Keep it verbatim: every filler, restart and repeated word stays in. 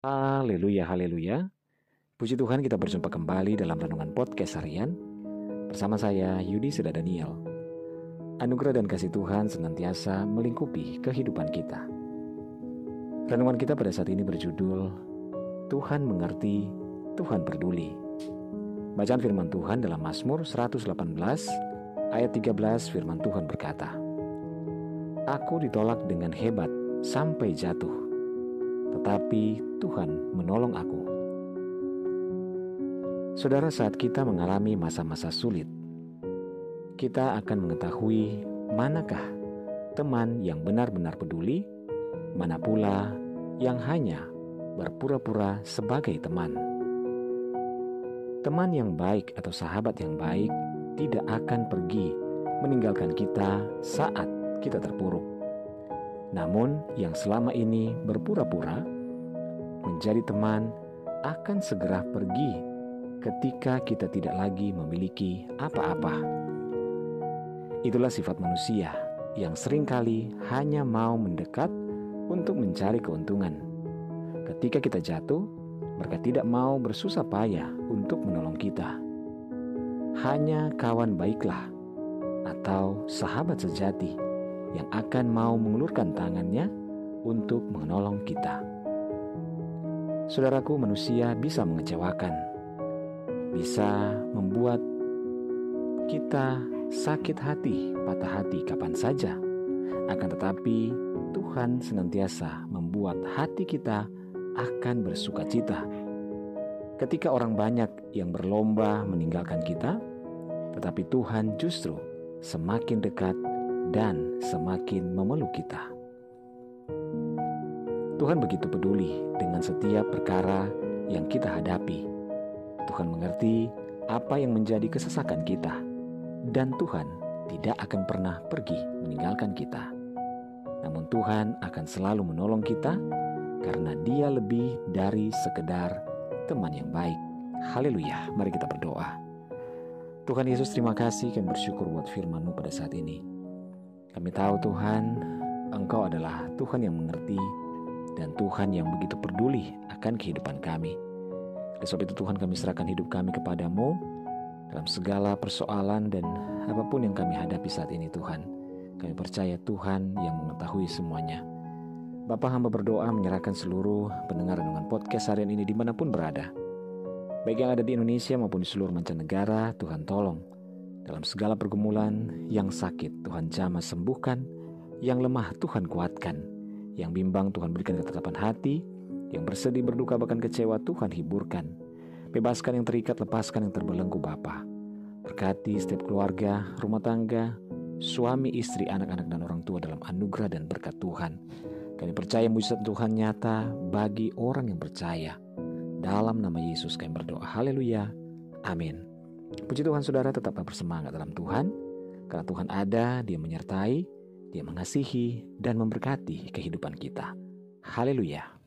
Haleluya, haleluya. Puji Tuhan, kita berjumpa kembali dalam Renungan Podcast Harian bersama saya, Yudi Seda Daniel. Anugerah dan kasih Tuhan senantiasa melingkupi kehidupan kita. Renungan kita pada saat ini berjudul Tuhan mengerti, Tuhan peduli. Bacaan firman Tuhan dalam Mazmur seratus delapan belas ayat tiga belas, firman Tuhan berkata, "Aku ditolak dengan hebat sampai jatuh, tetapi Tuhan menolong aku." Saudara, saat kita mengalami masa-masa sulit, kita akan mengetahui manakah teman yang benar-benar peduli, mana pula yang hanya berpura-pura sebagai teman. Teman yang baik atau sahabat yang baik tidak akan pergi meninggalkan kita saat kita terpuruk. Namun yang selama ini berpura-pura menjadi teman akan segera pergi ketika kita tidak lagi memiliki apa-apa. Itulah sifat manusia yang seringkali hanya mau mendekat untuk mencari keuntungan. Ketika kita jatuh, mereka tidak mau bersusah payah untuk menolong kita. Hanya kawan baiklah atau sahabat sejati yang akan mau mengulurkan tangannya untuk menolong kita. Saudaraku, manusia bisa mengecewakan, bisa membuat kita sakit hati, patah hati kapan saja. Akan tetapi Tuhan senantiasa membuat hati kita akan bersukacita. Ketika orang banyak yang berlomba meninggalkan kita, tetapi Tuhan justru semakin dekat dan semakin memeluk kita. Tuhan begitu peduli dengan setiap perkara yang kita hadapi. Tuhan mengerti apa yang menjadi kesesakan kita, dan Tuhan tidak akan pernah pergi meninggalkan kita. Namun Tuhan akan selalu menolong kita karena Dia lebih dari sekedar teman yang baik. Haleluya, mari kita berdoa. Tuhan Yesus, terima kasih, kami bersyukur buat firman-Mu pada saat ini. Kami tahu Tuhan, Engkau adalah Tuhan yang mengerti dan Tuhan yang begitu peduli akan kehidupan kami. Oleh sebab itu Tuhan, kami serahkan hidup kami kepadamu dalam segala persoalan dan apapun yang kami hadapi saat ini Tuhan. Kami percaya Tuhan yang mengetahui semuanya. Bapa, hamba berdoa menyerahkan seluruh pendengar Renungan Podcast Harian ini dimanapun berada. Baik yang ada di Indonesia maupun di seluruh mancanegara, Tuhan tolong. Dalam segala pergumulan, yang sakit Tuhan jamah sembuhkan, yang lemah Tuhan kuatkan, yang bimbang Tuhan berikan ketetapan hati, yang bersedih, berduka, bahkan kecewa Tuhan hiburkan. Bebaskan yang terikat, lepaskan yang terbelenggu Bapa. Berkati setiap keluarga, rumah tangga, suami, istri, anak-anak, dan orang tua dalam anugerah dan berkat Tuhan. Kami percaya mujizat Tuhan nyata bagi orang yang percaya. Dalam nama Yesus kami berdoa. Haleluya. Amin. Puji Tuhan, saudara, tetaplah bersemangat dalam Tuhan. Karena Tuhan ada, Dia menyertai, Dia mengasihi dan memberkati kehidupan kita. Haleluya.